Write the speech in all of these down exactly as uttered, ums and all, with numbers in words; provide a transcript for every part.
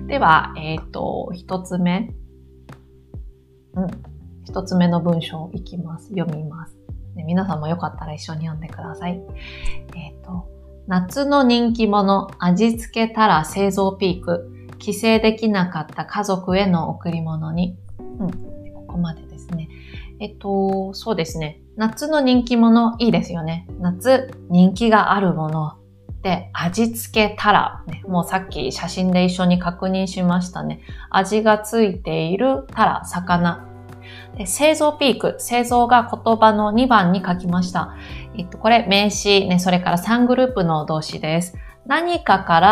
では、えっと、一つ目。うん。一つ目の文章いきます。読みます。ね、皆さんもよかったら一緒に読んでください。えっと、夏の人気者、味付けたら製造ピーク、帰省できなかった家族への贈り物に。うん。ここまでですね。えっと、そうですね。夏の人気者、いいですよね。夏、人気があるもの。で、味付けたら、ね、もうさっき写真で一緒に確認しましたね。味がついているたら、魚。で、製造ピーク。製造が言葉のにばんに書きました。えっと、これ名詞、ね、それからさんグループの動詞です。何かから、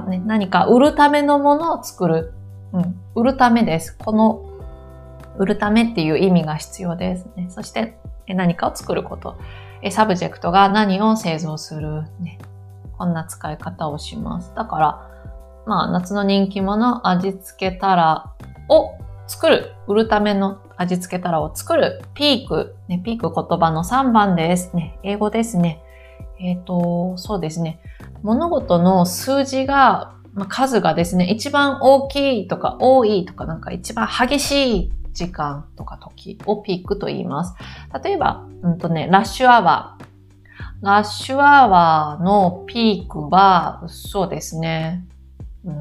ね、何か売るためのものを作る。うん、売るためです。この、売るためっていう意味が必要ですね。そして、何かを作ること。サブジェクトが何を製造する。ね、こんな使い方をします。だから、まあ、夏の人気者、味付けたらを作る。売るための味付けたらを作る。ピーク。ね、ピーク言葉のさんばんです。ね、英語ですね。えっと、そうですね。物事の数字が、まあ、数がですね、一番大きいとか多いとかなんか一番激しい時間とか時をピークと言います。例えば、うんとね、ラッシュアワー。ラッシュアワーのピークは、そうですね、うん、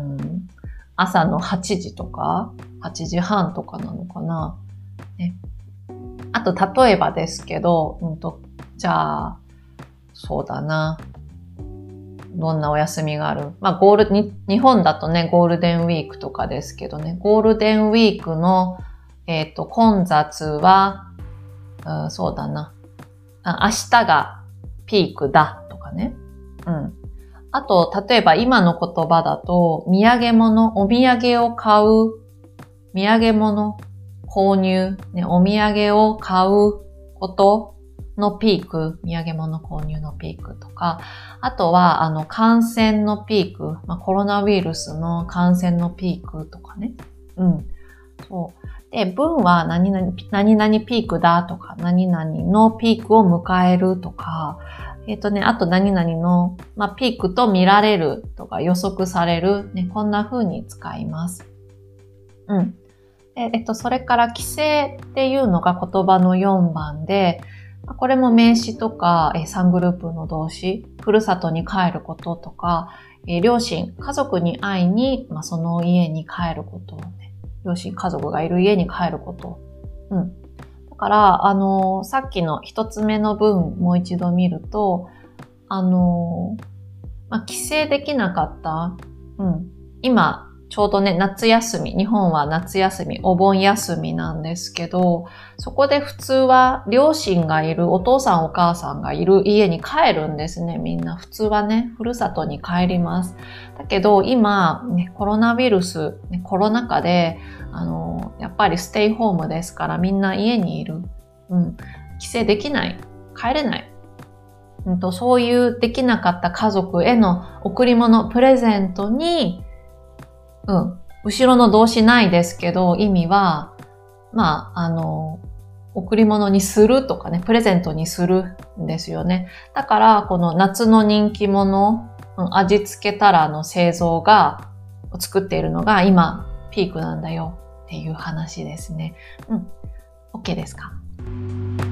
朝のはちじとか、はちじはんとかなのかな。ね、あと、例えばですけど、うんと、じゃあ、そうだな。どんなお休みがある？まあ、ゴールに、日本だとね、ゴールデンウィークとかですけどね、ゴールデンウィークの、えっと、混雑は、うん、そうだな。明日がピークだとかね。うん。あと、例えば今の言葉だと、土産物、お土産を買う、土産物、購入、ね、お土産を買うことのピーク、土産物購入のピークとか、あとは、あの、感染のピーク、まあ、コロナウイルスの感染のピークとかね。うん。そう。で、文は何々、何々ピークだとか、何々のピークを迎えるとか、えっとね、あと何々の、まあ、ピークと見られるとか予測される、ね、こんな風に使います。うん。で、えっと、それから帰省っていうのが言葉のよんばんで、これも名詞とかさんグループの動詞、ふるさとに帰ることとか、両親、家族に会いに、まあ、その家に帰ること、ね、両親、家族がいる家に帰ること。うん。だから、あの、さっきの一つ目の文もう一度見ると、あの、まあ、帰省できなかった。うん。今、ちょうどね、夏休み、日本は夏休み、お盆休みなんですけど、そこで普通は両親がいる、お父さんお母さんがいる家に帰るんですね、みんな。普通はね、ふるさとに帰ります。だけど今、ね、コロナウイルス、ね、コロナ禍で、あの、やっぱりステイホームですからみんな家にいる。うん。帰省できない。帰れない。うんと、そういうできなかった家族への贈り物、プレゼントに、うん。後ろの動詞ないですけど、意味は、まあ、あの、贈り物にするとかね、プレゼントにするんですよね。だから、この夏の人気者、うん、味付けたらの製造が、作っているのが今、ピークなんだよっていう話ですね。うん。OK ですか？